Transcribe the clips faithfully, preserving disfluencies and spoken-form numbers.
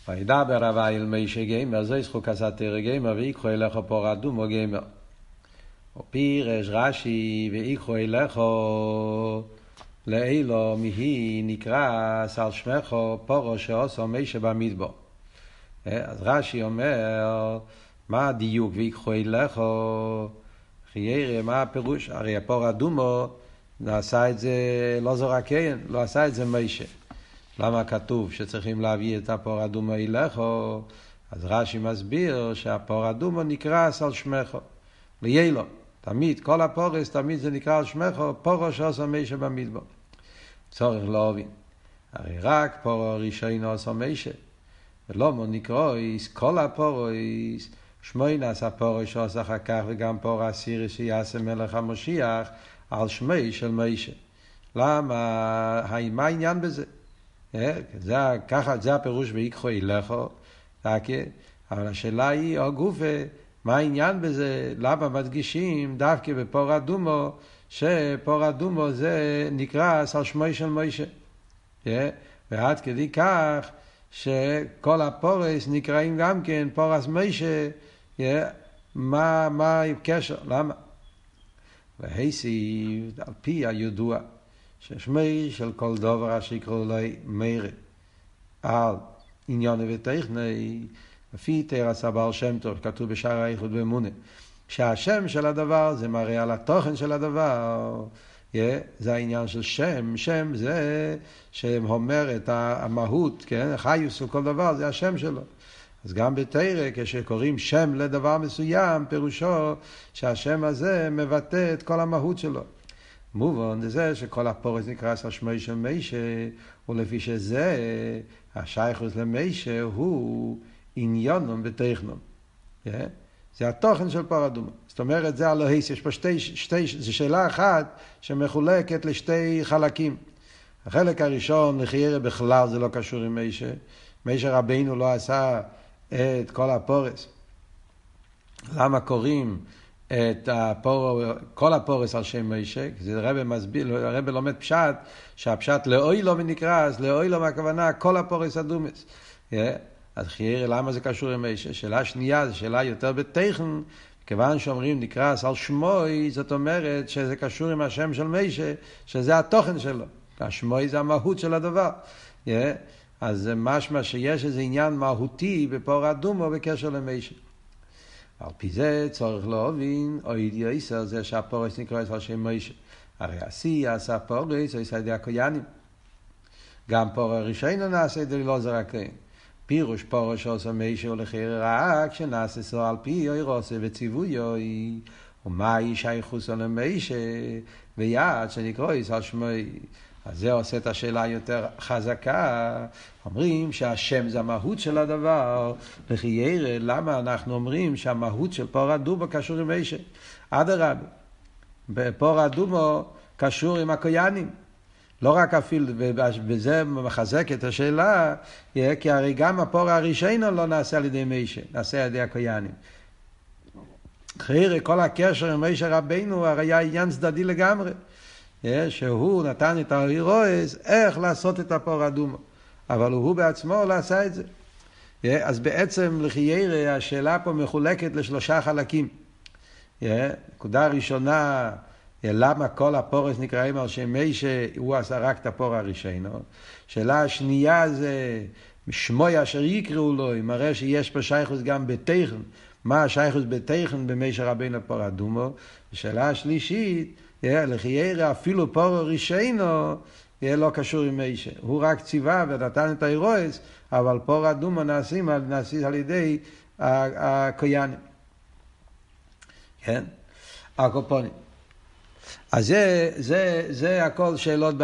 וידבר הווי אל משה גמר, זו זכוק הסתר גמר, ויקחו אליך פור אדומו גמר. ופירש רש"י, ויקחו אליך לאילו מיהי נקרא על שמך פורו שעשו משה במדבר. אז רש"י אומר, מה הדיוק ויקחו אליך? חיירה, מה הפירוש? הרי הפור אדומו עשה את זה לא זורקן, לא עשה את זה משה. למה כתוב שצריכים להביא את הפור אדומו אליך? אז רש"י מסביר שהפור אדומו נקרא על שמך ליילו. תמיד, כל הפורס, תמיד זה נקרא על שמך פורו שעשו משה במדבר. צורך להבין. הרי רק פורו ראשון עשו משה. ולא מו נקרויס, כל הפורויס, שמוינס הפורו שעושה אחר כך, וגם פורו עשירי שיעשה מלך המשיח, על שמי של משה. למה? מה העניין בזה? זה, ככה, זה הפירוש ויקחו אליכו, אבל השאלה היא, או גופה, מה העניין בזה? למה מדגישים דווקא בפור אדומו, שפור אדומו זה נקרא על שמי של משה. ועד כדי כך, שכל הפורס נקראים גם כן פורס משה, מה, מה הקשר? למה? והסיב, על פי הידוע, ששמי של כל דבר אשר יקראו לו מאיר, על עניון וטכני, לפי תרס הבעל שם טוב, כתוב בשער האיחוד באמונה, שהשם של הדבר זה מראה על התוכן של הדבר, Yeah, זה העניין של שם, שם זה שאומר את המהות, כן? חיוס של כל דבר, זה השם שלו. אז גם בתורה, כשקוראים שם לדבר מסוים, פירושו שהשם הזה מבטא את כל המהות שלו. מובן זה שכל הפורס נקרא על שמו של משה, ולפי שזה, השייכות למשה הוא עניונום וטכנום. Yeah? זה התוכן של פור אדומו. זאת אומרת, זה הלוהיס, יש פה שתי, שתי, זו שאלה אחת שמחולקת לשתי חלקים. החלק הראשון, לחיירה בכלל, זה לא קשור עם משה. משה רבינו לא עשה את כל הפורס. למה קוראים את הפור, כל הפורס על שם משה? כי זה רבי מסביר, הרבי לומד פשט, שהפשט לאוי לא מנקרא, אז לאוי לא מהכוונה, כל הפורס אדומס. Yeah. אז חיירה, למה זה קשור עם משה? שאלה שנייה, זו שאלה יותר בטכן, כיוון שאומרים נקרא על שמוי, זאת אומרת שזה קשור עם השם של משה, שזה התוכן שלו. השמוי זה המהות של הדבר. Yeah. אז זה משמע שיש איזה עניין מהותי בפור אדומו בקשר למשה. על פי זה צריך להבין, או ידיעיסר זה שהפורס נקרא על שם משה. הרי עשייה עשה פורס, או עשה ידי הכוינים. גם פור הראשון נעשה ידי לא זרקן. פירוש פורו שעושה משה ולחיירה רק שנעשה סו על פי אוירוסה וציוויוי, ומאי שייכוסו למשה ויעד שנקרויס על שמוי. אז זה עושה את השאלה יותר חזקה. אומרים שהשם זה המהות של הדבר, לחיירה, למה אנחנו אומרים שהמהות של פור אדומו קשור עם משה? אדרבה, בפור אדומו קשור עם הכוינים. לא רק אפילו, וזה מחזק את השאלה, כי הרי גם הפור הראשון לא נעשה על ידי משה, נעשה על ידי הכוינים. אחרי כל הקשר עם משה רבינו הרי היה עניין צדדי לגמרי, שהוא נתן את ההירואס איך לעשות את הפור אדומו, אבל הוא בעצמו לא עשה את זה. אז בעצם לחיירה השאלה פה מחולקת לשלושה חלקים. נקודה ראשונה, למה כל הפורס נקראים על שם משה, הוא עשה רק את הפור הראשון. שאלה השנייה זה, שמוי אשר יקראו לו, מראה שיש פה שייכות גם בתכן. מה השייכות בתכן במשה רבינו לפור אדומו? שאלה השלישית, לחיירה אפילו פור הראשון לא קשור עם משה. הוא רק ציווה ונתן את האירועס, אבל פור אדומו נעשים, נעשים על ידי הכוינים. כן? הקופונים. אז זה, זה, זה הכל שאלות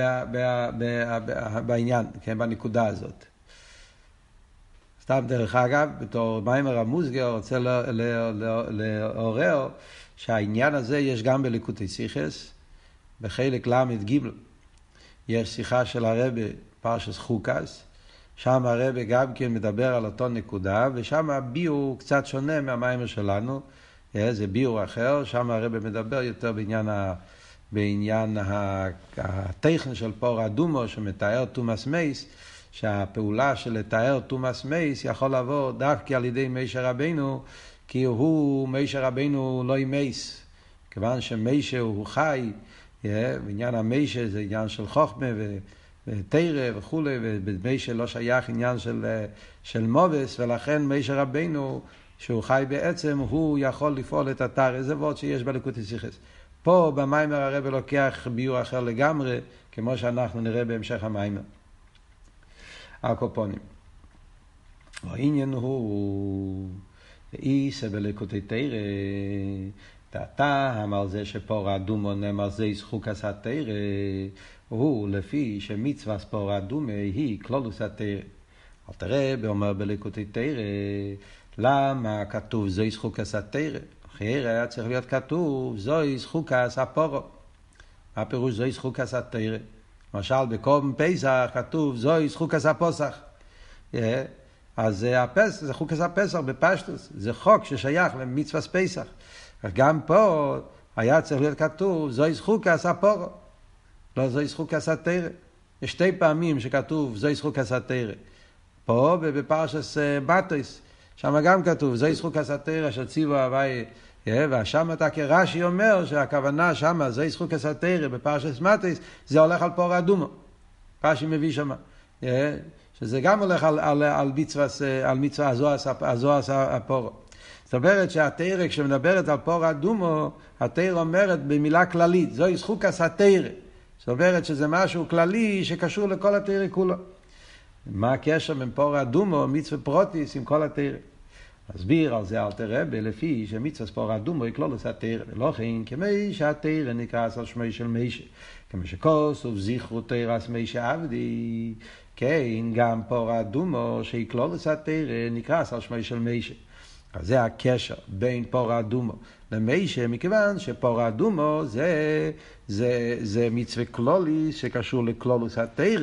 בעניין, כן, בנקודה הזאת. סתם דרך אגב, בתור מיימר המוסגר, רוצה לעורר שהעניין הזה יש גם בליקוטי שיחס, בחלק למד גימל. יש שיחה של הרבי פרשס חוקס, שם הרבי גם כן מדבר על אותו נקודה, ושם הביאור קצת שונה מהמיימר שלנו, זה ביור אחר, שם הרב מדבר יותר בעניין, ה, בעניין ה, הטכן של פור אדומו, שמתאר תומאס מייס, שהפעולה של לתאר תומאס מייס יכול לבוא דווקא על ידי משה רבנו, כי הוא, משה רבנו לא עם מייס. כיוון שמשה הוא חי, ועניין המשה זה עניין של חוכמה ותרא וכו', ובמשה לא שייך עניין של, של מובס, ולכן משה רבנו, שהוא חי בעצם, הוא יכול לפעול את התרא. זה ועוד שיש בליקוטי שיחס. פה במיימר הרב לוקח ביור אחר לגמרי, כמו שאנחנו נראה בהמשך המיימר. הקופונים. העניין הוא, איסה בליקוטי תרא, הטעם על זה שפור אדומו נאמר זה זכוקס התרא, הוא לפי שמצווה פור אדומה היא כלולוס התרא. אל תראה באומר בליקוטי תרא, למה כתוב זוהי זכוקס התרא? אחרי היה צריך להיות כתוב זוהי זכוקס הפורו. מה פירוש זוהי זכוקס התרא? למשל בקורבן פסח כתוב זוהי זכוקס הפוסח. אז הפסח, זה חוקס הפסח בפשטוס, זה חוק ששייך למצוות פסח. גם פה היה צריך להיות כתוב זוהי זכוקס הפורו, לא זוהי זכוקס התרא. יש שתי פעמים שכתוב זוהי זכוקס התרא. פה ובפרשס בתויס, שם גם כתוב זוהי זכוקס התרא של ציוו הווי, ושם אתה כרש"י אומר שהכוונה שם זוהי זכוקס התרא בפרשס בתויס, זה הולך על פור אדומו. רש"י מביא שם, שזה גם הולך על, על, על מצווה, על מצווה הזוהס הפורו. זאת אומרת שהתרא כשמדברת על פור אדומו, התרא אומרת במילה כללית, זוהי זכוקס התרא. זאת אומרת שזה משהו כללי שקשור לכל התרא כולו. מה הקשר בין פור אדומו, מצווה פרוטיס עם כל התרא? מסביר על זה אלתר רבי, לפי שמצווה פור אדומו היא כלולוס התרא, ולא כן כמי שהתרא נקרא על שמי של משה, כמי שכוסוף זכרו תרס משה עבדי, כן גם פור אדומו שהיא כלולוס התרא נקרא על שמי של משה. אז זה הקשר בין פור אדומו למשה, מכיוון שפור אדומו זה, זה, זה מצווה כלולי שקשור לכלולוס התרא,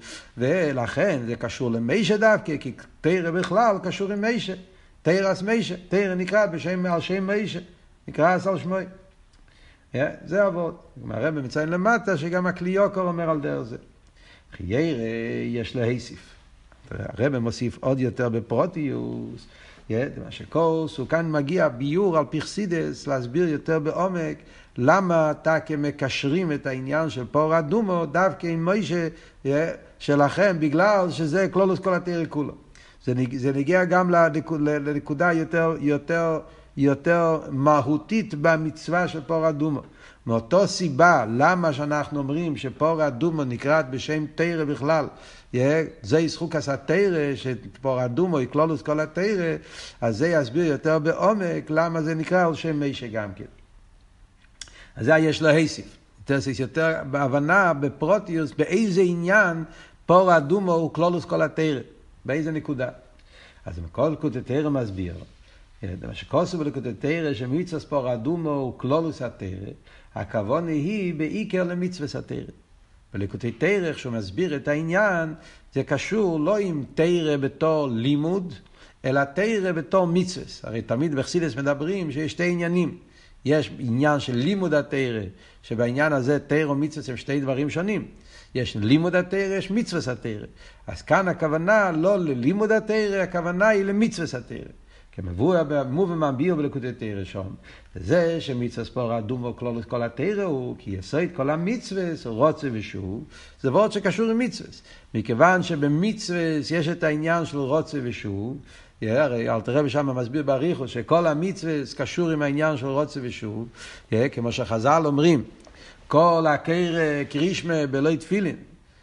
ולכן זה קשור למשה דווקא, כי תרא בכלל קשור עם משה. תרס משה, תרא נקרא בשם, על שם משה, נקרא על שמוי. Yeah, זה עבוד. הרב מציין למטה שגם הכלי יוקר אומר על דרך זה. חיירה יש להוסיף. הרב מוסיף עוד יותר בפרוטיוס, מה שקורס, הוא כאן מגיע ביור על פרסידס, להסביר יותר בעומק, למה אתה כמקשרים את העניין של פור אדומו, דווקא עם משה שלכם, בגלל שזה כלולוס כל התרא כולו. זה, זה נגיע גם לנקודה יותר, יותר, יותר מהותית במצווה של פור אדומו. מאותו סיבה, למה שאנחנו אומרים שפור אדומו נקראת בשם תרא בכלל, זה ישחוקס התרא, שפור אדומו היא כלולוס כל התרא, אז זה יסביר יותר בעומק למה זה נקרא על שם משה גם כן. אז זה יש לו היסיף. יותר בהבנה, בפרוטיוס, באיזה עניין פור אדומו הוא כלולוס כל התרא. באיזה נקודה? אז בכל קוטי תרא מסביר, מה שכוסו בלקוטי תרא שמצווה פור אדומו הוא כלולוס התרא, הכוונה היא בעיקר למצווה התרא. בלקוטי תרא, כשהוא מסביר את העניין, זה קשור לא עם תרא בתור לימוד, אלא תרא בתור מצווה. הרי תמיד בחסידות מדברים שיש שתי עניינים. יש עניין של לימוד התרא, שבעניין הזה תרא ומצווה הם שתי דברים שונים. יש לימוד התרא, יש מצווה התרא. אז כאן הכוונה לא ללימוד התרא, הכוונה היא למצווה התרא. כמבוא במובן ממביר בלקוטי תרא שם. זה שמצווה פור אדומו כלולוס כל התרא הוא, כי יסוד כל המצווה, רוצה ושוב, זה וורט שקשור עם מצווה. מכיוון שבמצווה יש את העניין של רוצה ושוב, הרי אל תראה בשם מסביר בריחו שכל המצווה קשור עם העניין של רוצה ושוב, כמו שחז"ל אומרים, כל הקיר קרישמה בלוי תפילין,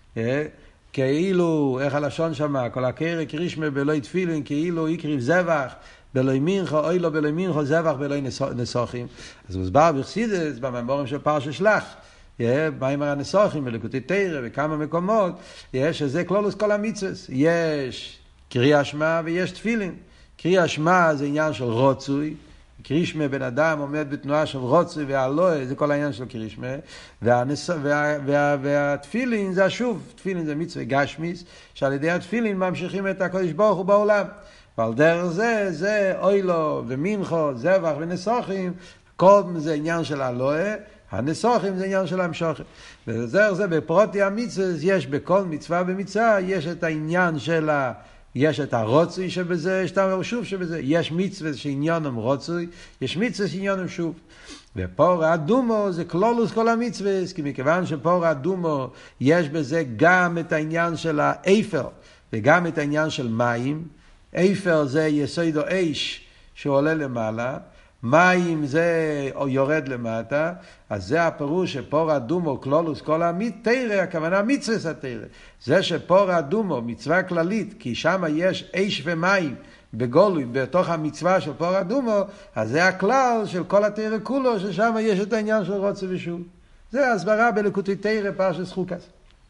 כאילו, איך הלשון שמה, כל הקיר קרישמה בלוי תפילין, כאילו יקריב זבח, בלוי מינכו, אוי לא בלוי מינכו, זבח בלוי נסוחים. אז מוסבר בחסידות, במאמרים של פרשת שלח, מאמר הנסוחים, בליקוטי תרא, בכמה מקומות, שזה כלולוס כל המצוות. יש קריאה שמע ויש תפילין. קריאה שמע זה עניין של רוצוי, קרישמה בן אדם עומד בתנועה של רוצוי והלואה, זה כל העניין של קרישמה, והנס... וה... וה... והתפילין זה השוב, תפילין זה מצווה גשמיס, שעל ידי התפילין ממשיכים את הקדוש ברוך הוא בעולם, ועל דרך זה, זה אוילו ומינכו, זבח ונסוחים, כל זה עניין של הלואה, הנסוכים זה עניין של המשוכן. וזה זה בפרוטי המצווה, יש בכל מצווה ומצווה, יש את העניין של ה... יש את הרוצוי שבזה, יש את השוב שבזה. יש מצווה שעניונם רוצוי, יש מצווה שעניונם שוב. ופור האדומו זה כלולוס כל המצווה, כי מכיוון שפור האדומו יש בזה גם את העניין של האפר, וגם את העניין של מים. אפר זה יסוד או אש שעולה למעלה, מים זה יורד למטה, אז זה הפירוש שפור אדומו כלולוס כל המצווה, הכוונה מצווה התורה. זה שפור אדומו מצווה כללית, כי שם יש אש ומים בגולוי, בתוך המצווה של פור אדומו, אז זה הכלל של כל התורה כולו, ששם יש את העניין של רוצה ושוב. זה הסברה בליקוטי תורה פרשת חוקת.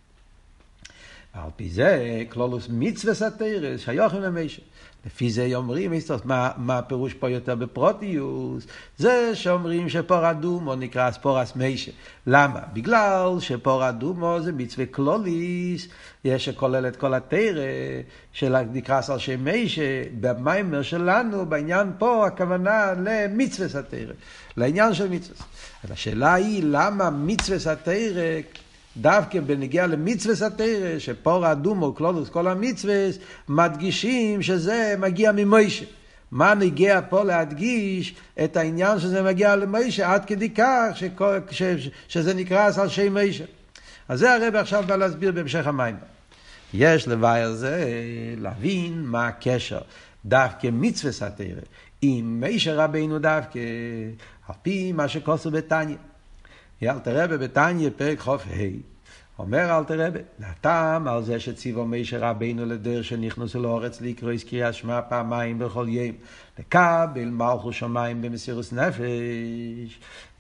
על פי זה, כלולוס מצווה התורה, שייכים למשה. לפי זה אומרים, מה, מה הפירוש פה יותר בפרוטיוס? זה שאומרים שפור אדומו נקרא ספורס משה. למה? בגלל שפור אדומו זה מצווה כלוליס, יש שכולל את כל התורה, שנקרא על שם משה, במיימר שלנו, בעניין פה הכוונה למצווה התורה, לעניין של מצווה. השאלה היא, למה מצווה התורה, דווקא בנגיע למצווה התורה, שפור אדומו כלולוס כל המצווה, מדגישים שזה מגיע ממשה. מה נגיע פה להדגיש את העניין שזה מגיע למשה, עד כדי כך שכל, ש, שזה נקרא על שם משה. אז זה הרב עכשיו בא להסביר בהמשך המים. יש לבאר זה להבין מה הקשר דווקא מצווה התורה עם משה רבינו, דווקא על פי מה שכתוב בתניא. אלתר רבי בתניא פרק חוף ה' אומר אלתר רבי, הטעם על זה שציוו משה רבינו לדרך שנכנסו לארץ לקרוא קריאת שמע פעמיים בכל יום, לקבל מלכות שמיים במסירות נפש.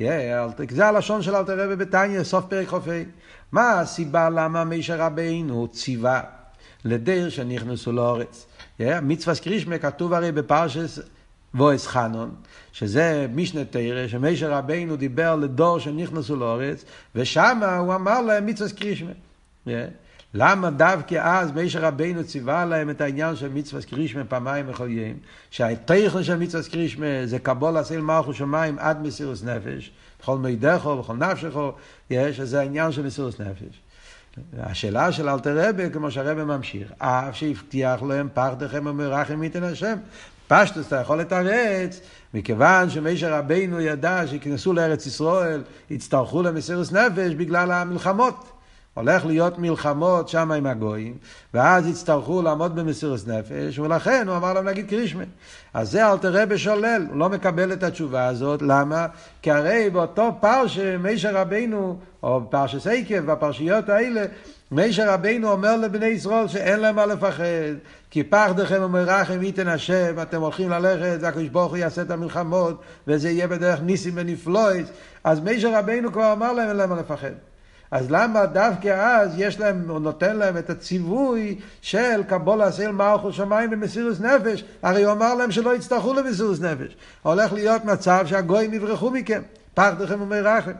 זה הלשון של אלתר רבי בתניא, סוף פרק חוף ה'. מה הסיבה למה משה רבינו ציווה לדרך שנכנסו לארץ? מצווה קרישמה כתוב הרי בפרשת ואס חנון, שזה משנה תורה, שמשה רבינו דיבר לדור שנכנסו לארץ, ושם הוא אמר להם מצווה קרישמה. Yeah. למה דווקא אז משה רבינו ציווה להם את העניין של מצווה קרישמה פעמיים בכל יום? שהתוכן של מצווה קרישמה זה קבול עשה מלכות שמיים עד מסירות נפש, בכל מידך ובכל נפשך, יש, זה העניין של מסירות נפש. השאלה של אלתר רבי, כמו שהרבי ממשיך, אף שהבטיח להם פחדכם ומרחם ייתן השם. פשטוס אתה יכול לתרץ, מכיוון שמשה רבינו ידע שכנסו לארץ ישראל, יצטרכו למסירות נפש בגלל המלחמות. הולך להיות מלחמות שם עם הגויים, ואז יצטרכו לעמוד במסירות נפש, ולכן הוא אמר להם להגיד קרישמה. אז זה אלתר רבי שולל, הוא לא מקבל את התשובה הזאת. למה? כי הרי באותו פרש משה רבינו, או פרשת עקב, בפרשיות האלה, משה רבינו אומר לבני ישראל שאין להם מה לפחד, כי פחדכם ומרחם ייתן השם, אתם הולכים ללכת, והקדוש ברוך הוא יעשה את המלחמות, וזה יהיה בדרך ניסים ונפלאות. אז משה רבינו כבר אמר להם אין להם מה לפחד. אז למה דווקא אז יש להם, הוא נותן להם את הציווי של קבול עשה מלכות שמיים במסירות נפש? הרי הוא אמר להם שלא יצטרכו למסירות נפש. הולך להיות מצב שהגויים יברחו מכם, פחדכם ומרחם.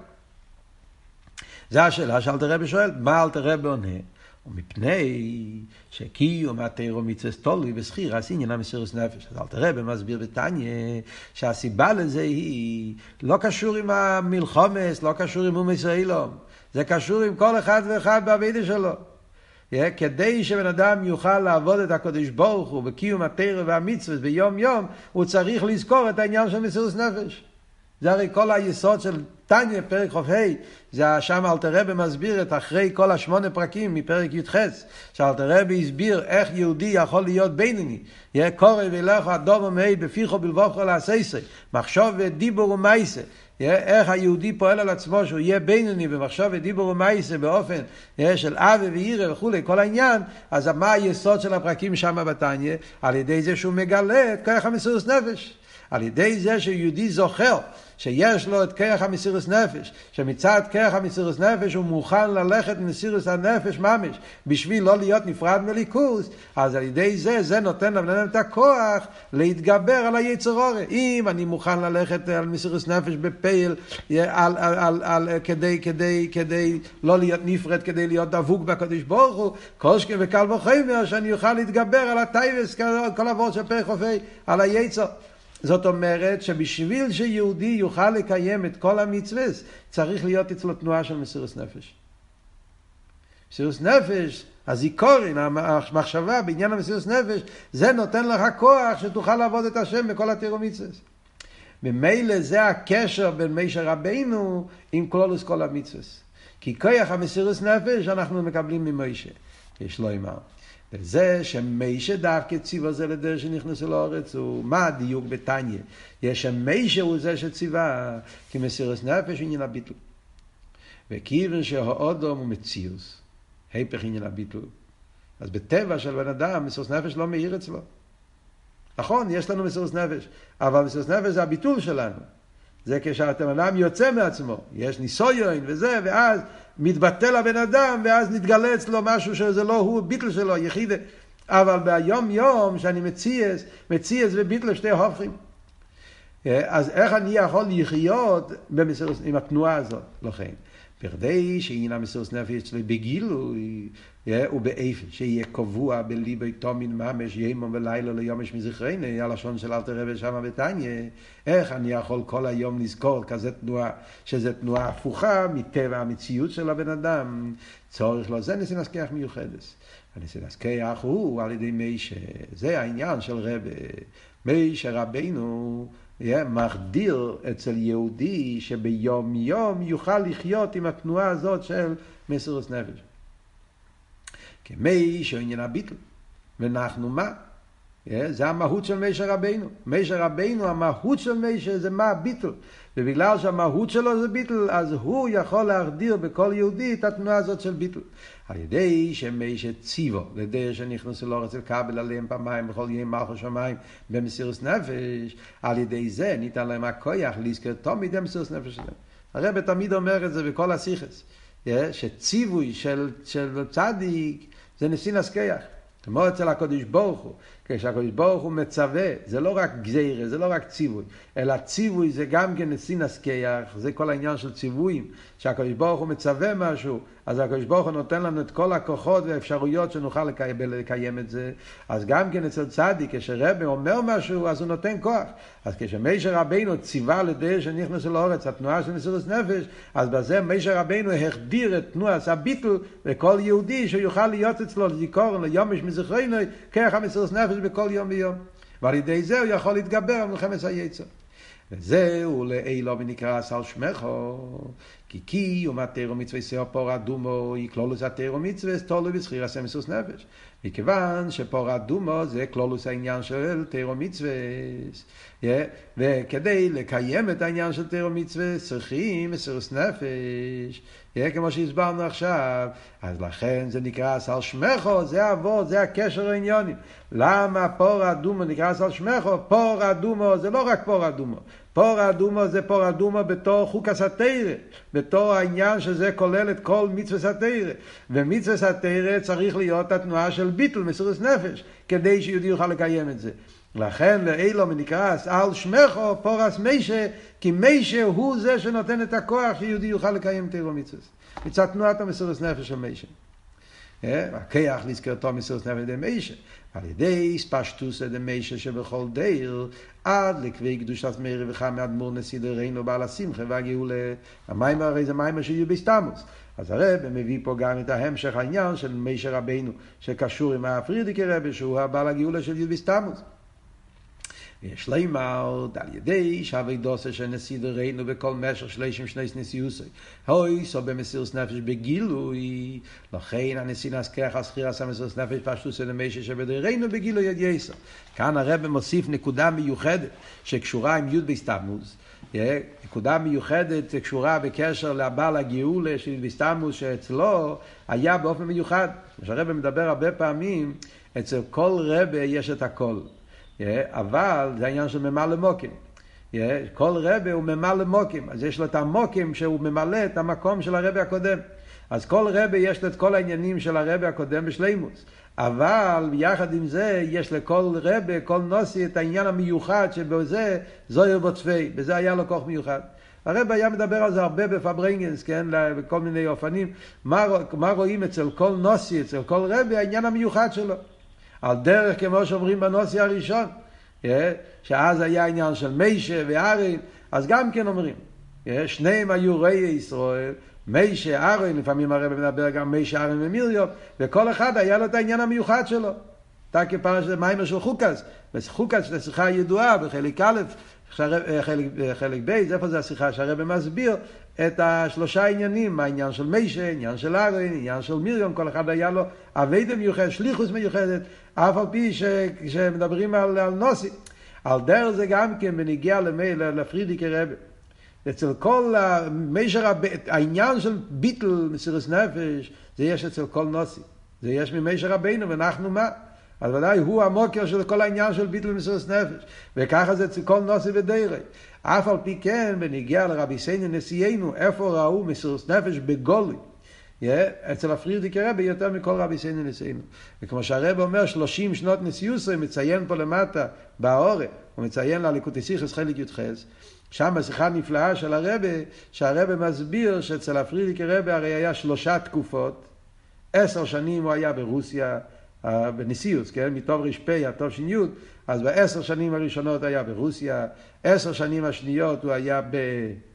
זה השאלה שאלתר רבי שואל, מה אלתר רבי עונה? ומפני שקיום התורה ומצוות תלוי בסחירה עניין המסירות נפש. אז אלתר רבי מסביר בתניא שהסיבה לזה היא לא קשור עם המלחמות, לא קשור עם אומות ישראל, זה קשור עם כל אחד ואחד בעבודה שלו. כדי שבן אדם יוכל לעבוד את הקדוש ברוך הוא בקיום התורה והמצוות ביום יום, הוא צריך לזכור את העניין של מסירות נפש. זה הרי כל היסוד של תניא פרק חוף ה', זה שם אלתר רבי מסביר את אחרי כל השמונה פרקים מפרק י"ח, שאלתר רבי הסביר איך יהודי יכול להיות בינוני, יהיה קורא ואילך אדום ומעיד בפיחו בלבבך לעשייסה, מחשוב ודיבור ומעשה, איך היהודי פועל על עצמו שהוא יהיה בינוני במחשוב ודיבור ומעשה באופן של אהבה ויראה וכו', כל העניין. אז מה היסוד של הפרקים שם בתניא? על ידי זה שהוא מגלה את כוח המסירות נפש, על ידי זה שיהודי זוכר שיש לו את כוח המסירות נפש, שמצד כוח המסירות נפש הוא מוכן ללכת למסירות הנפש ממש, בשביל לא להיות נפרד מליכוז. אז על ידי זה, זה נותן לנו את הכוח להתגבר על היצר הרע. אם אני מוכן ללכת על מסירות נפש בפעיל, על, על, על, על, כדי, כדי, כדי לא להיות נפרד, כדי להיות דבוק בקדוש ברוך הוא, כל שכן וקל וחומר, שאני אוכל להתגבר על הטייבס, כל עבור של פרק חופי, על היצר. זאת אומרת שבשביל שיהודי יוכל לקיים את כל המצווה, צריך להיות אצלו תנועה של מסירות נפש. מסירות נפש, הזיכרון, המחשבה בעניין המסירות נפש, זה נותן לך כוח שתוכל לעבוד את השם בכל התורה ומצווה. ממילא זה הקשר בין משה רבינו עם כלולוס כל המצווה. כי כוח המסירות נפש אנחנו מקבלים ממשה. יש לו אמר. וזה שמשה דווקא ציווה זה לדרך שנכנסו לארץ, הוא מה הדיוק בתניא? יש שמשה הוא זה שציווה, כי מסירות נפש עניין הביטול. וכיוון שהאדם הוא מציאוס, היפך עניין הביטול. אז בטבע של בן אדם מסירות נפש לא מאיר אצלו. נכון, יש לנו מסירות נפש, אבל מסירות נפש זה הביטול שלנו. זה כשאתם אדם יוצא מעצמו, יש ניסויון וזה, ואז מתבטל הבן אדם, ואז נתגלה אצלו משהו שזה לא הוא, ביטל שלו, יחידה. אבל ביום יום שאני מציאס, מציאס וביטל שתי הופכים. אז איך אני יכול לחיות במסירות, עם התנועה הזאת? לכן, בכדי שעניין המסירות נפש אצלי בגילוי, ובאיפה שיהיה קבוע בליבי תומין ממש ימום ולילה ליומש מזכרני, הלשון של אלתר רבי שמה בתניא, איך אני יכול כל היום לזכור כזה תנועה, שזה תנועה הפוכה מטבע המציאות של הבן אדם, צורך לו, זה ניסין הסכיח מיוחדת. הניסין הסכיח הוא על ידי משה, זה העניין של רבי, משה רבינו, מחדיר אצל יהודי שביום יום יוכל לחיות עם התנועה הזאת של מסירות נפש. כמי שעניין הביטל, ואנחנו מה? זה המהות של משה רבינו. משה רבינו, המהות של משה זה מה הביטל. ובגלל שהמהות שלו זה ביטל, אז הוא יכול להחדיר בכל יהודי את התנועה הזאת של ביטל. על ידי שמשה ציוו, לדרך שנכנסו לארץ לקבל עליהם פעמיים בכל יום מלכות שמיים במסירות נפש, על ידי זה ניתן להם הכוח לזכור תמיד המסירות נפש שלהם. הרב תמיד אומר את זה בכל השיחס, שציווי של, של צדיק זה ניסין הסכיח. כמו אצל הקדוש ברוך הוא, כשהקדוש ברוך הוא מצווה, זה לא רק גזירה, זה לא רק ציווי, אלא ציווי זה גם כן ניסין הסכיח, זה כל העניין של ציוויים, שהקדוש ברוך הוא מצווה משהו, אז הקדוש ברוך הוא נותן לנו את כל הכוחות והאפשרויות שנוכל לקיים, לקיים את זה. אז גם כן אצל צדיק, כשרבי אומר משהו, אז הוא נותן כוח. אז כשמשה רבינו ציווה לדרך שנכנסו לארץ, התנועה של מסירות נפש, אז בזה משה רבינו החדיר את תנועת הביטול לכל יהודי שיוכל להיות אצלו לזיכרון, ליומש מזכרנו, כרך המסירות נפש בכל יום ויום. ועל ידי זה הוא יכול להתגבר על מלחמת היצר. וזהו לאילו ונקרא על שמךו, כי כי ומתירו מצווה סער פור אדומו, כלולוס התירו מצווה, תולו בזכיר עשה מסירות נפש. מכיוון שפור אדומו זה כלולוס העניין של תירו מצווה. וכדי לקיים את העניין של תירו מצווה, צריכים מסירות נפש. כמו שהסברנו עכשיו, אז לכן זה נקרא על שמךו, זה העבוד, זה הקשר העניונים. למה פור אדומו נקרא על שמךו? פור אדומו זה לא רק פור אדומו. פור אדומו זה פור אדומו בתור חוקס התורה, בתור העניין שזה כולל את כל מצווה התורה. ומצווה התורה צריך להיות התנועה של ביטל, מסירות נפש, כדי שיהודי יוכל לקיים את זה. לכן לאילו מנקרס על שמךו פורס משה, כי משה הוא זה שנותן את הכוח שיהודי יוכל לקיים תורה מצווה. מצד תנועת המסירות נפש של משה. הכיח לזכרתו מסירות נפש די משה. על ידי ספשטוס די משה שבכל דיר, עד לקווי קדושת מאיר וחם אדמו"ר נשיא דורנו בעל השמחה והגאולה. המים הרי זה מים שיהיו בסתמוס. אז הרב מביא פה גם את ההמשך העניין של משה רבינו, שקשור עם הפרידיקי רבי, שהוא הבעל הגאולה של יהיו בסתמוס. ויש לימר, על ידי שעבי דוסה של נשיא דורנו בכל משך שלושים שניס נשיאוסי. הוי, סו במסירות נפש בגילוי, לכן הנשיא נזכח על סחיר עשה מסירות נפש פשטוס של משה שבדורנו בגילוי יד יסר. כאן הרב מוסיף נקודה מיוחדת שקשורה עם יוד בסתמוס. נקודה מיוחדת קשורה בקשר לבעל הגאולה של יוד בסתמוס, שאצלו היה באופן מיוחד. כשהרב מדבר הרבה פעמים, אצל כל רבי יש את הכל. אבל זה העניין של ממלא מוקים. כל רבי הוא ממלא מוקים, אז יש לו את המוקים שהוא ממלא את המקום של הרבי הקודם. אז כל רבי יש לו את כל העניינים של הרבי הקודם בשלימוס. אבל יחד עם זה יש לכל רבי, כל נוסי, את העניין המיוחד שבזה זוהר בוצפי, בזה היה לו כוח מיוחד. הרב היה מדבר על זה הרבה בפברנגנס, כן, בכל מיני אופנים. מה, מה רואים אצל כל נוסי, אצל כל רבי, העניין המיוחד שלו. על דרך כמו שאומרים בנוסי הראשון, שאז היה עניין של מיישה וארין, אז גם כן אומרים, שניהם היו ראי ישראל, מיישה, ארין, לפעמים הרב מדבר גם מיישה, ארין ומיריום, וכל אחד היה לו את העניין המיוחד שלו. אתה כפרש מיימר של חוקס, וחוקס זה שיחה ידועה בחלק א', חלק, חלק ב', איפה זה השיחה שהרב מסביר את השלושה עניינים, העניין של מיישה, עניין של ארין, עניין של מיריום, כל אחד היה לו עבודה מיוחדת, שליחוס מיוחדת, אף על פי שמדברים על, על נוסי. על דרך זה גם כן בנגיע לפרידיקי רבי. אצל כל מיישר, העניין של ביטל מסירות נפש, זה יש אצל כל נוסי. זה יש ממיישר רבינו, ואנחנו מה? אז ודאי הוא המוקר של כל העניין של ביטל מסירות נפש. וככה זה אצל כל נוסי ודיירי. אף על פי כן, בנגיע לרבי סייני נשיאנו, איפה ראו מסירות נפש בגולי. Yeah, אצל הפרידיקי רבי יותר מכל רבי סייני נשיאנו. וכמו שהרב אומר, שלושים שנות נשיאוסו, מציין פה למטה, באורה, הוא מציין לליקוטי סיכס חלק י"חס, שם השיחה נפלאה של הרבי, שהרבי מסביר שאצל הפרידיקי רבי הרי היה שלושה תקופות, עשר שנים הוא היה ברוסיה, בנשיאוס, כן? מטוב רשפי, הטוב שיניות, אז בעשר שנים הראשונות היה ברוסיה, עשר שנים השניות הוא היה ב,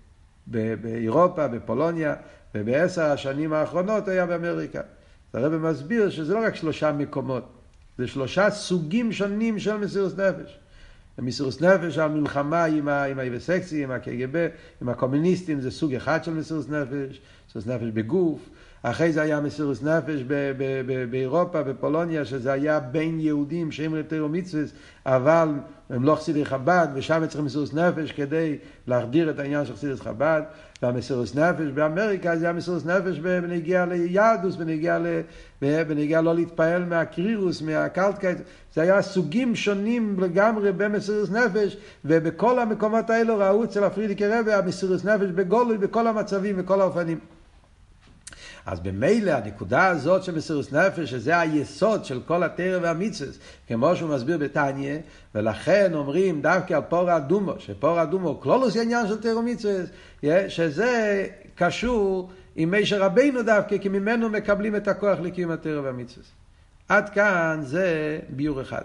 ב, באירופה, בפולוניה, ובעשר השנים האחרונות היה באמריקה. הרבי מסביר שזה לא רק שלושה מקומות, זה שלושה סוגים שונים של מסירות נפש. מסירות נפש על מלחמה עם האיבסקסי, עם הקג"ב, עם הקומוניסטים, זה סוג אחד של מסירות נפש, מסירות נפש בגוף. אחרי זה היה מסירות נפש ב- ב- ב- באירופה, בפולוניה, שזה היה בין יהודים שהם רתרו מצווס, אבל הם לא חסידי חב"ד, ושם צריכים מסירות נפש כדי להחדיר את העניין של חסידות חב"ד. והמסירות נפש באמריקה זה היה מסירות נפש בנגיע ליהדוס, בנגיע, ל... בנגיע לא להתפעל מהקרירוס, מהקלטקייט. זה היה סוגים שונים לגמרי במסירות נפש, ובכל המקומות האלו ראו אצל הפרידיקי רבי המסירות נפש בגולוי, בכל המצבים וכל האופנים. אז במילא הנקודה הזאת של מסירות נפש, שזה היסוד של כל התורה והמצוות, כמו שהוא מסביר בתניא, ולכן אומרים דווקא על פור האדומו, שפור האדומו כלולוס העניין של תורה ומצוות, שזה קשור עם משה רבינו דווקא, כי ממנו מקבלים את הכוח לקיום התורה והמצוות. עד כאן זה ביור אחד.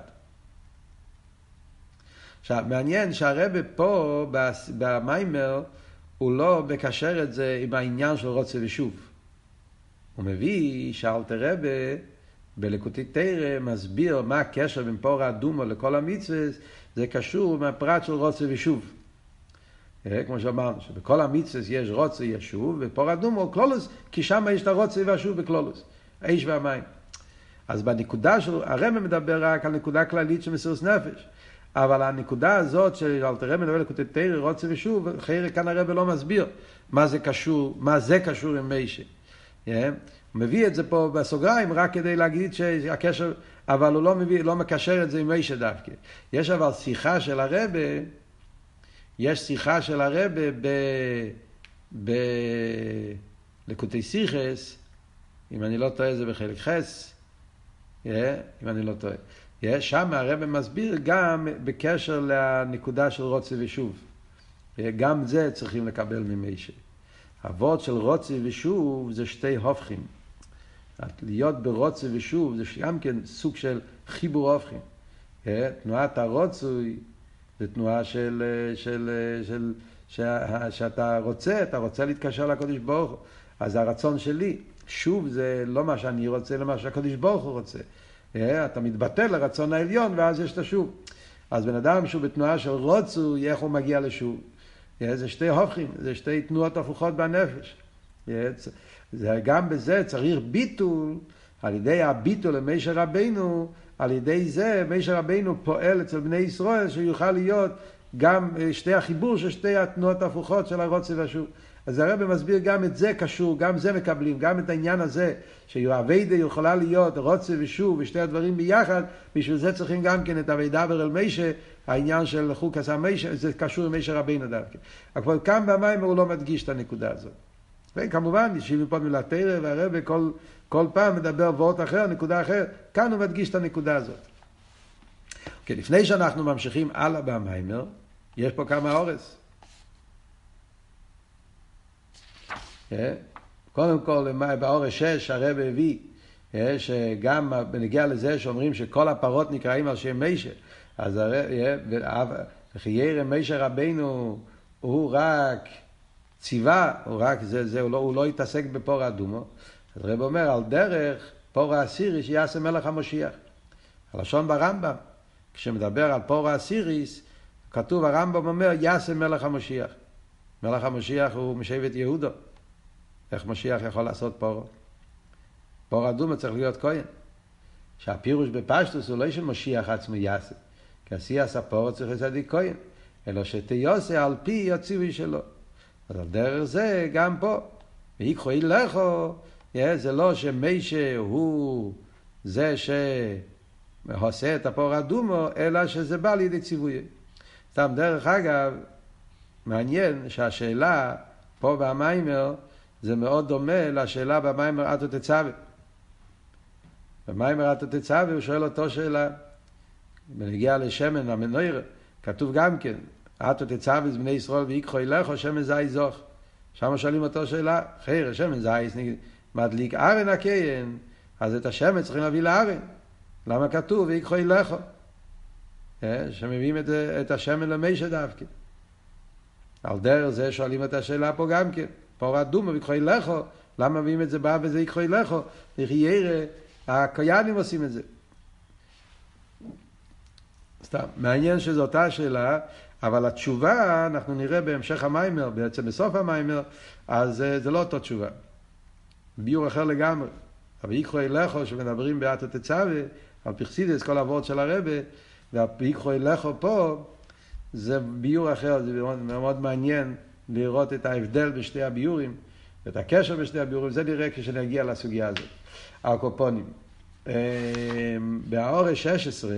עכשיו, מעניין שהרבא פה במיימר, הוא לא מקשר את זה עם העניין של רוצה ושוב. הוא מביא שאלתר רבי בליקוטי תורה מסביר מה הקשר בין פור האדומו לכל המצוות, זה קשור מהפרט של רוצה ושוב. כמו שאמרנו, שבכל המצוות יש רוצה ישוב, ופור האדומו כלולוס, כי שם יש את הרוצה והשוב בכלולוס, האיש והמים. אז בנקודה של, הרבי מדבר רק על נקודה כללית של מסירות נפש, אבל הנקודה הזאת של אלתר רבי מדבר בליקוטי תורה רוצה ושוב, אחרי כאן הרבי לא מסביר מה זה קשור, מה זה קשור עם משה. Yeah. הוא מביא את זה פה בסוגריים רק כדי להגיד שהקשר, אבל הוא לא מביא, לא מקשר את זה עם משה דווקא. יש אבל שיחה של הרבי, יש שיחה של הרבי ב בליקוטי סיכס, אם אני לא טועה זה בחלק חס, yeah, אם אני לא טועה. Yeah, שם הרבי מסביר גם בקשר לנקודה של רוצה ושוב. Yeah, גם זה צריכים לקבל ממשה. הוורד של רוצה ושוב זה שתי הופכים. להיות ברוצה ושוב זה גם כן סוג של חיבור הופכים. תנועת הרוצוי זה תנועה של, של, של, של, שאתה רוצה, אתה רוצה להתקשר לקדוש ברוך הוא. אז הרצון שלי, שוב זה לא מה שאני רוצה, לא מה שהקדוש ברוך הוא רוצה. אתה מתבטל לרצון העליון ואז יש את השוב. אז בן אדם שהוא בתנועה של רוצוי, איך הוא מגיע לשוב? זה שתי הופכים, זה שתי תנועות הפוכות בנפש. זה גם בזה צריך ביטול, על ידי הביטול למשה רבינו, על ידי זה משה רבינו פועל אצל בני ישראל שיוכל להיות גם שתי החיבור של שתי התנועות הפוכות של הרוצה והשוב. אז הרב מסביר גם את זה קשור, גם זה מקבלים, גם את העניין הזה שהעבודה יכולה להיות רוצה ושוב ושתי הדברים ביחד, בשביל זה צריכים גם כן את הוידבר אל משה, העניין של חוקת המשה, זה קשור עם משה רבינו דווקא. אבל כאן במיימר הוא לא מדגיש את הנקודה הזאת. וכמובן, ישיבים פה מילה תורה, והרב כל, כל פעם מדבר וורט אחר, נקודה אחר, כאן הוא מדגיש את הנקודה הזאת. אוקיי, לפני שאנחנו ממשיכים הלאה במיימר, יש פה כמה אורס. קודם כל, באורס שש הרב הביא, שגם בנגיע לזה שאומרים שכל הפרות נקראים על שם משה, אז חיירא משה רבינו הוא רק ציווה, הוא רק, זה, זה, הוא לא, הוא לא התעסק בפור אדומו. אז הרב אומר, על דרך פור האסיריס יעשה מלך המשיח. הלשון ברמב"ם, כשמדבר על פור האסיריס, כתוב, הרמב"ם אומר, יעשה מלך המשיח. מלך המשיח הוא משבט יהודה. איך משיח יכול לעשות פור? פור אדומו צריך להיות כהן. שהפירוש בפשטוס הוא לא של משיח עצמו יעשה. כי עשיית הפור צריך לצדיק כהן. אלא שתיוסה על פי הציווי שלו. אז על דרך זה גם פה. ויקחו ילכו, זה לא שמשה הוא זה שעושה את הפור אדומו, אלא שזה בא לידי ציווי. סתם דרך אגב, מעניין שהשאלה פה במיימר, זה מאוד דומה לשאלה במיימר אתו תצווה. במיימר אתו תצווה הוא שואל אותו שאלה, בנגיע לשמן המנויר, כתוב גם כן, אתו תצווה בני ישראל ויקחו ילכו שמן זי זוך. שם שואלים אותו שאלה, חיר, שמן זי מדליק ארן הקיין, אז את השמן צריכים להביא לארן. למה כתוב ויקחו ילכו? שמביאים את, את השמן למשה דווקא. על דרך זה שואלים את השאלה פה גם כן. פור אדומו ויקחו ילכו, למה מביאים את זה בא וזה יקחו ילכו? חיירא, הקיינים עושים את זה. סתם, מעניין שזו אותה שאלה, אבל התשובה, אנחנו נראה בהמשך המיימר, בעצם בסוף המיימר, אז זה לא אותו תשובה. ביור אחר לגמרי. אבל יקחו ילכו, שמדברים באתו תצווה, על פרסידס, כל העבוד של הרבה, ויקחו ילכו פה, זה ביור אחר, זה מאוד, מאוד מעניין לראות את ההבדל בשתי הביורים, ואת הקשר בשתי הביורים, זה נראה כשנגיע לסוגיה הזאת. הקופונים. באורש שש עשרה,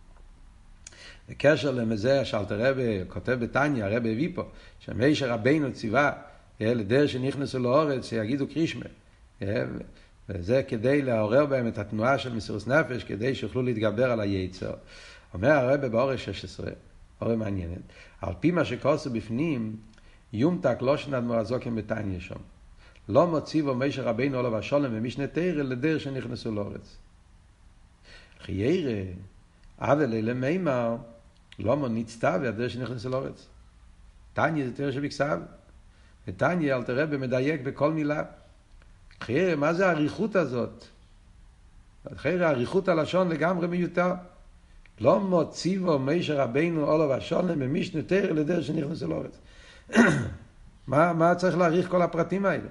בקשר למזה שאלתר רבי כותב בתניא, הרבי הביא פה, שמשה רבינו ציווה, לדרך שנכנסו לאורץ, שיגידו קרישמה. וזה כדי לעורר בהם את התנועה של מסירות נפש, כדי שיוכלו להתגבר על היצר. אומר הרבי באורש שש עשרה, אורי מעניינת, על פי מה שכוסו בפנים, יומתק לא שנדמו הזוקים בתניא שם. לא מוציבו משה רבינו עליו השולם ומשנה תורה לדרך שנכנסו לאורץ. חיירא, אבל אלה מימר, לא מוניצתה והדרך שנכנסו לאורץ. תניא זה תורה שבכסב. ותניא אל תראה במדייק בכל מילה. חיירא, מה זה העריכות הזאת? חיירא, העריכות הלשון לגמרי מיותר. לא מוציבו משה רבינו עליו השולם ומשנה תורה לדרך שנכנסו לאורץ. מה, מה צריך להעריך כל הפרטים האלה?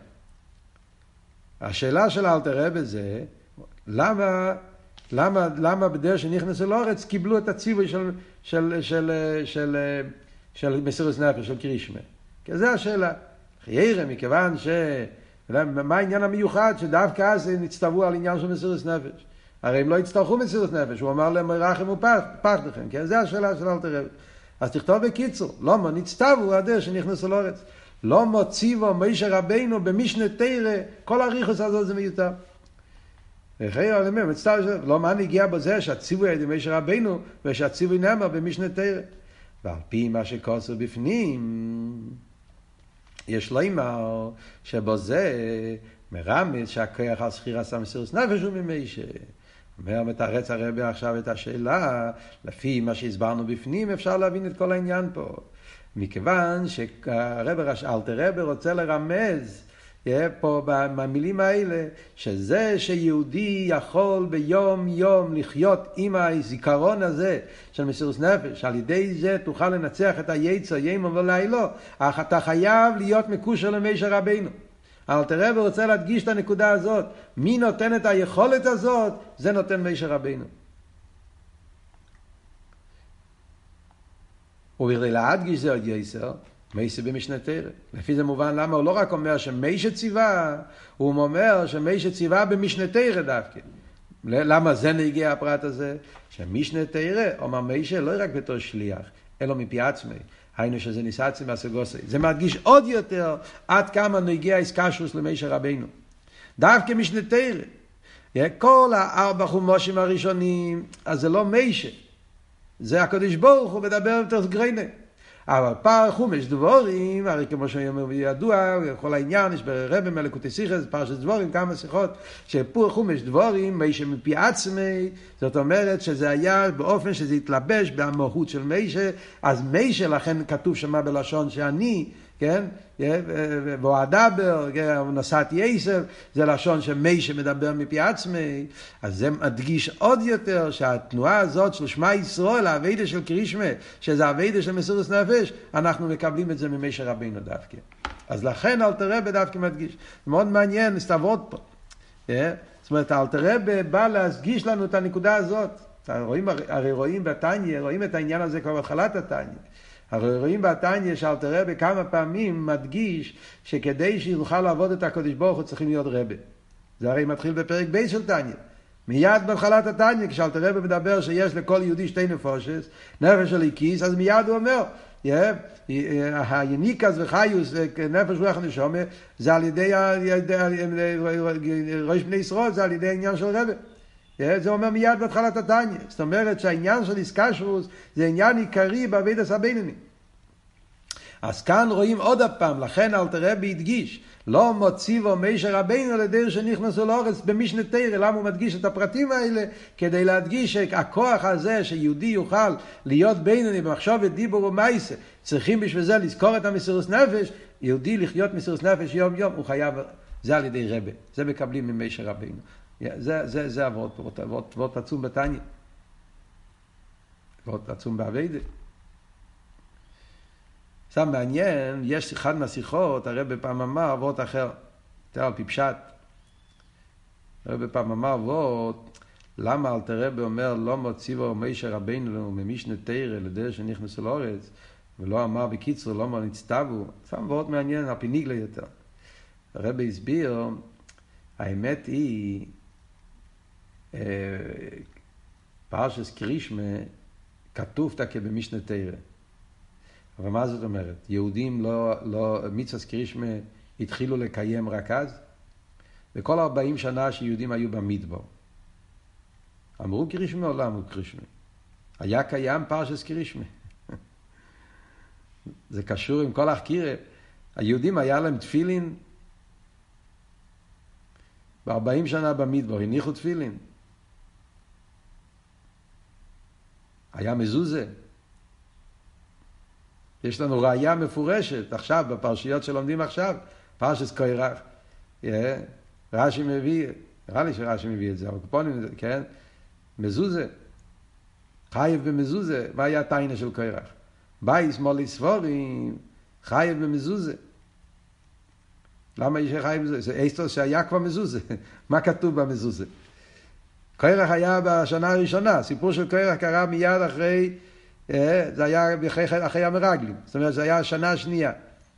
השאלה של אלתר רבי זה, למה, למה, למה בדרך שנכנסו לארץ קיבלו את הציווי של, של, של, של, של מסירות נפש, של קרישמה? כי זו השאלה. חיירא, מכיוון ש... מה העניין המיוחד שדווקא אז נצטוו על עניין של מסירות נפש? הרי הם לא הצטרכו מסירות נפש, הוא אמר להם רחם ופחדכם, כי זו השאלה של אלתר רבי. אז תכתוב בקיצור, למה נצטוו הדרך שנכנסו לארץ? לא מוציבו משה רבינו במשנה תורה, כל הריחוס הזאת זה מיותר. וחיירא למי, מצטער, לא מה נגיע בזה שהציווי על ידי משה רבינו, ושהציווי נאמר במשנה תורה. ועל פי מה שכוסו בפנים, יש לומר שבזה מרמז שהכוח על סחירת המסירות נפש הוא ממשה. אומר מתרץ הרבי עכשיו את השאלה, לפי מה שהסברנו בפנים אפשר להבין את כל העניין פה. מכיוון שהרבי אלתר רבי רוצה לרמז פה במילים האלה, שזה שיהודי יכול ביום יום לחיות עם הזיכרון הזה של מסירות נפש, על ידי זה תוכל לנצח את היצר יומם ולילה, אך אתה חייב להיות מקושר למשה רבינו. אלתר רבי רוצה להדגיש את הנקודה הזאת, מי נותן את היכולת הזאת? זה נותן משה רבינו. ובכדי להדגיש זה עוד יסר, משה במשנה תורה. לפי זה מובן למה הוא לא רק אומר שמשה ציווה, הוא אומר שמשה ציווה במשנה תורה דווקא. למה זה נגיע הפרט הזה? שמשנה תורה אומר משה לא רק בתור שליח, אלא מפי עצמי. היינו שזה ניסצי מהסגוסי. זה מדגיש עוד יותר עד כמה נגיע איסקשוס למשה רבינו. דווקא משנה תורה. כל הארבע חומשים הראשונים, אז זה לא משה. זה הקדוש ברוך הוא מדבר יותר גרעיני. אבל פער חומש דבורים, הרי כמו שאומר וידוע, כל העניין יש ברבי מלכותי שיחס, פרשת דבורים, כמה שיחות, שפור חומש דבורים, מי שמפי עצמי, זאת אומרת שזה היה באופן שזה התלבש במהות של מיישה, אז מיישה לכן כתוב שמה בלשון שאני, כן? והוא הדבר, נשאתי עשר, זה לשון שמיישה מדבר מפי עצמי, אז זה מדגיש עוד יותר שהתנועה הזאת של שמע ישראל, העבודה של קרישמה, שזה העבודה של מסירות נפש, אנחנו מקבלים את זה ממיישה רבינו דווקא. אז לכן אלתר רבי דווקא מדגיש. זה מאוד מעניין, נסתעבוד פה. זאת אומרת, אלתר רבי בא להסגיש לנו את הנקודה הזאת. רואים, הרי רואים בתניא, רואים את העניין הזה כבר בהתחלת התניא. הרי רואים בתניא שאלתר רבי כמה פעמים מדגיש שכדי שיוכל לעבוד את הקדוש ברוך הוא צריכים להיות רבי. זה הרי מתחיל בפרק ב' של תניא. מיד בהתחלת התניא, כשאלתר רבי מדבר שיש לכל יהודי שתי נפשות, נפש הליקיס, אז מיד הוא אומר, היניקס וחיוס, נפש רוח נשמה, זה על ידי ראש בני ישראל, זה על ידי העניין של רבי. זה אומר מיד בהתחלת התניא. זאת אומרת שהעניין של איסקשרוס זה עניין עיקרי בעבודת הבינוני. אז כאן רואים עוד הפעם, לכן אלתר רבי הדגיש, לא מוציאו משה רבינו לדרך שנכנסו לארץ במשנה תורה. למה הוא מדגיש את הפרטים האלה? כדי להדגיש שהכוח הזה שיהודי יוכל להיות בינוני במחשבת דיבור ומעשה, צריכים בשביל זה לזכור את המסירות נפש. יהודי לחיות מסירות נפש יום יום, הוא חייב, זה על ידי רבי, זה מקבלים ממשה רבינו. זה זה זה עבוד עבוד עבוד עצום בתניא, עבוד עצום בעבודה. שם מעניין, יש אחד מהשיחות, הרב פעם אמר עבוד אחר, תראה על פי פשט. הרב פעם אמר עבוד, למה אלתר רבי אומר לא מוציאו משה רבינו ממשנה תורה לדרך שנכנסו לארץ, ולא אמר בקיצור לא אמר נצטוו. שם עבוד מעניין על פי ניגלה יותר. הרב הסביר, האמת היא פרשת קרישמה כתוב תקה במשנה תורה. אבל מה זאת אומרת? יהודים לא, לא, מצוות קרישמה התחילו לקיים רק אז? וכל ארבעים שנה שיהודים היו במדבר. אמרו קרישמה או לא אמרו קרישמה? היה קיים פרשת קרישמה. זה קשור עם כל החקירה. היהודים היה להם תפילין, ב-ארבעים שנה במדבר הניחו תפילין. היה מזוזה. יש לנו ראיה מפורשת עכשיו בפרשיות שלומדים עכשיו, פרשת קורח. רש"י מביא, נראה לי שרש"י מביא את זה, אבל קופונים, כן? מזוזה. חייב במזוזה. מה היה התיינה של קורח? בייס מולי ספורים, חייב במזוזה. למה יש חייב במזוזה? זה אסתר שהיה כבר מזוזה. מה כתוב במזוזה? קורח היה בשנה הראשונה. סיפור של קורח קרה מיד אחרי, זה היה אחרי, אחרי המרגלים. זאת אומרת, זה היה השנה השנייה.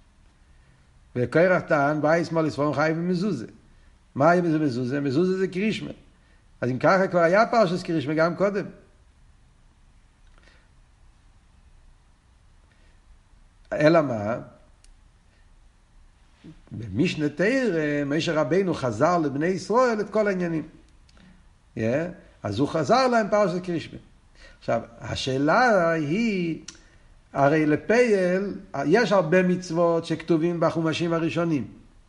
וקורח טען, בייס מולי ספורים, חייב במזוזה. מה היה בזה מזוזה? מזוזה זה קרישמה. אז אם ככה כבר היה פרשת קרישמה גם קודם. אלא מה? במשנה תורה, משה רבינו חזר לבני ישראל את כל העניינים. Yeah? אז הוא חזר להם פרשת קרישמה. עכשיו, השאלה היא, הרי לפייל, יש הרבה מצוות שכתובים בחומשים הראשונים.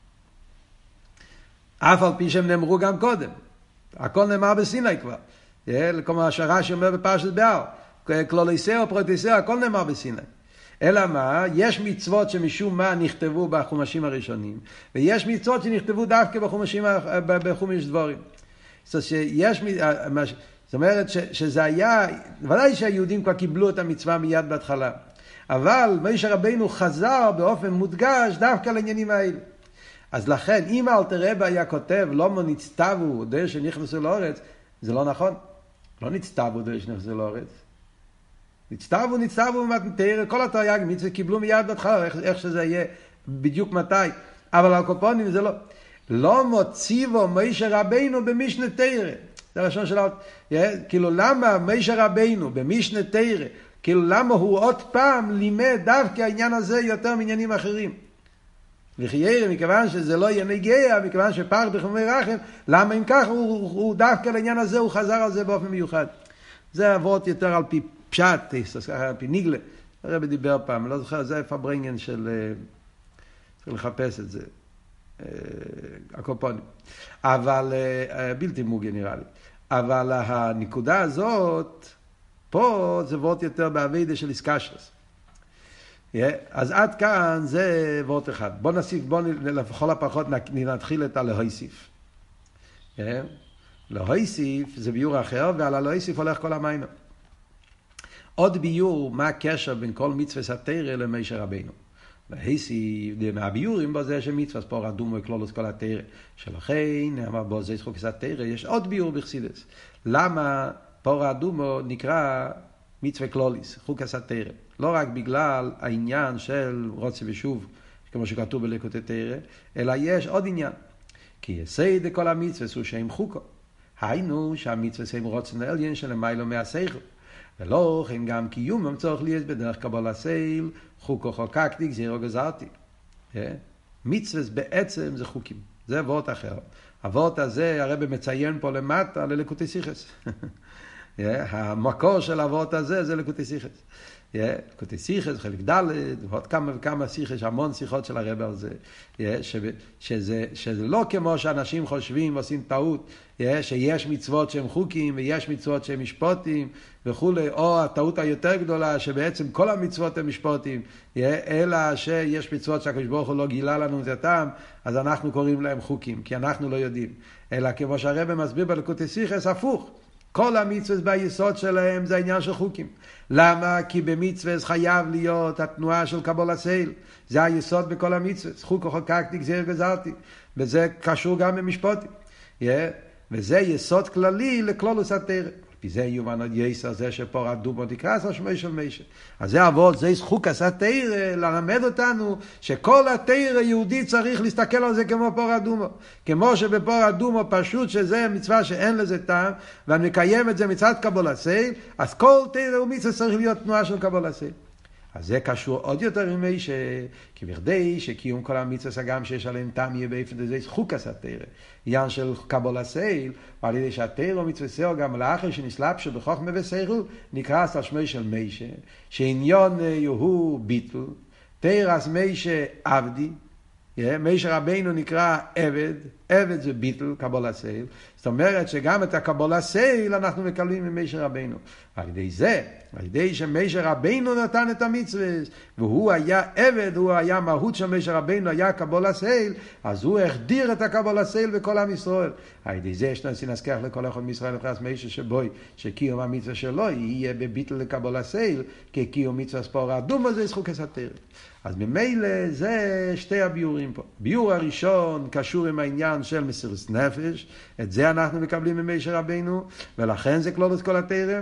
אף על פי שהם נאמרו גם קודם. הכל נאמר בסיני כבר. Yeah? כמו השערה שאומר בפרשת בהר. כלוליסאו, פרוטיסאו, הכל נאמר בסיני. אלא מה? יש מצוות שמשום מה נכתבו בחומשים הראשונים, ויש מצוות שנכתבו דווקא בחומשים, בחומש דבורים. זאת שיש, זאת אומרת שזה היה, ודאי שהיהודים כבר קיבלו את המצווה מיד בהתחלה, אבל משה רבינו חזר באופן מודגש דווקא לעניינים האלה. אז לכן, אם אלתר רבי היה כותב, לא נצטוו דרך שנכנסו לארץ, זה לא נכון. לא נצטוו דרך שנכנסו לארץ. נצטוו, נצטוו, תראה, כל התרי"ג מצוות קיבלו מיד בהתחלה, איך, איך שזה יהיה, בדיוק מתי. אבל על קופונים זה לא. לא מוציאו משה רבינו במשנה תורה. זה הראשון של עוד. כאילו, למה משה רבינו במשנה תורה, כאילו, למה הוא עוד פעם לימד דווקא העניין הזה יותר מעניינים אחרים? וחיירה, מכיוון שזה לא יהיה נגיע, מכיוון שפח בחומי רחם, למה אם כך הוא, הוא דווקא לעניין הזה, הוא חזר על זה באופן מיוחד. זה עבוד יותר על פי פשט, על פי ניגלה, הרב דיבר פעם, אני לא זוכר, זה פברנגן של... צריך לחפש את זה. הקופונים. אבל, בלתי מוגן נראה לי. אבל הנקודה הזאת, פה זה וורט יותר בעבידה של איסקשרס. אז עד כאן זה וורט אחד. בוא נוסיף, בוא לכל הפחות נתחיל את הלהוסיף. להוסיף זה ביור אחר, ועל הלהוסיף הולך כל המיינו. עוד ביור, מה הקשר בין כל מצווה התורה למשה רבינו. להוסיף, מהביורים בו זה שמצווה ספור אדום וכלולוס כל התורה. שלכן, אמר בו זה חוקס התורה, יש עוד ביור בחסידות. למה פור אדומו נקרא מצווה כלוליס, חוקס התורה? לא רק בגלל העניין של רוצה ושוב, כמו שכתוב בליקוטי תורה, אלא יש עוד עניין. כי יסוד כל המצווה הוא שהם חוקו. היינו שהמצווה הם רוצן העליין שלמיילו מהשכל. ולא כן גם קיומם צורך להיות בדרך קבלה סייל, חוקו חוקקתי, גזירו גזרתי. מצווה בעצם זה חוקים. זה וורט אחר. הוורט הזה הרב מציין פה למטה לליקוטי שיחס. המקור של הוורט הזה זה ליקוטי שיחס. ליקוטי שיחס, חלק ד' ועוד כמה וכמה שיחס, המון שיחות של הרב על זה. שזה, שזה לא כמו שאנשים חושבים ועושים טעות, שיש מצוות שהם חוקים ויש מצוות שהם משפוטים וכו', או הטעות היותר גדולה שבעצם כל המצוות הם משפוטים, אלא שיש מצוות שהקדוש ברוך הוא לא גילה לנו את הטעם, אז אנחנו קוראים להם חוקים, כי אנחנו לא יודעים. אלא כמו שהרב מסביר בליקוטי שיחס, הפוך. כל המצוות ביסוד שלהם זה העניין של חוקים. למה? כי במצוות חייב להיות התנועה של קבול הסייל. זה היסוד בכל המצוות. חוקו חוקקתי, גזיר גזרתי. וזה קשור גם במשפוטים. Yeah. וזה יסוד כללי לכלולוס התורה. פי זה יובן עוד יסר, זה שפה אדומו תקרא על שמו של משה. אז זה עבוד, זה חוקס התורה, ללמד אותנו שכל התורה יהודי צריך להסתכל על זה כמו פור אדומו. כמו שבפור אדומו פשוט שזה מצווה שאין לזה טעם, ואני מקיים את זה מצד קבול הסייל, אז כל תורה ומצווה צריך להיות תנועה של קבול הסייל. אז זה קשור עוד יותר עם מי שכבכדי שקיום כל המצווה סגם שיש עליהם טעם יהיה באופן זה חוקס התורה. עניין של קבול הסייל, ועל ידי שהתורה ומצווה סייל גם לאחר שנסלבשו בחוכמה ושכל, נקרא על שמו של משה, שעניון הוא ביטל, תרס משה עבדי, משה רבינו נקרא עבד, עבד זה ביטל, קבול הסייל. זאת אומרת שגם את הקבול הסייל אנחנו מקבלים ממשה רבינו. על ידי זה, על ידי שמשה רבינו נתן את המצווה, והוא היה עבד, הוא היה מהות של משה רבינו, היה קבול הסייל, אז הוא החדיר את הקבול הסייל בכל עם ישראל. על ידי זה יש נסי נזכח לכל אחד מישראל לפרס משה שבוי, שקיום המצווה שלו יהיה בביטל לקבול הסייל, כי קיום מצווה ספור אדום, וזה זכוקס התורה. אז ממילא זה שתי הביורים פה. ביור הראשון קשור עם העניין של מסירות נפש, את זה אנחנו מקבלים ממשה רבינו, ולכן זה כלולת כל התורה,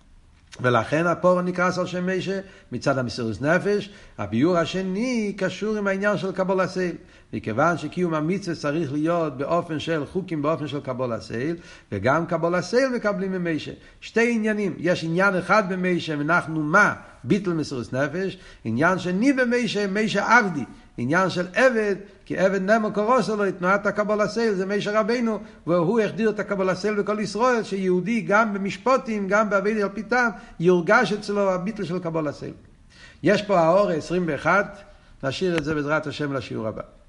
ולכן הפור נקרא על שם משה מצד המסירות נפש. הביור השני קשור עם העניין של קבול הסייל, מכיוון שקיום המצווה צריך להיות באופן של חוקים, באופן של קבול הסייל, וגם קבול הסייל מקבלים ממשה. שתי עניינים, יש עניין אחד במשה, ואנחנו מה? ביטל מסירות נפש. עניין שני במשה, משה עבדי, עניין של עבד, כי עבד נמו קורוסו לו, תנועת הקבול הסייל זה משה רבינו, והוא החדיר את הקבול הסייל בכל ישראל, שיהודי גם במשפוטים, גם בעבד על פיתם, יורגש אצלו הביטל של קבול הסייל. יש פה האור עשרים ואחת, נשאיר את זה בעזרת השם לשיעור הבא.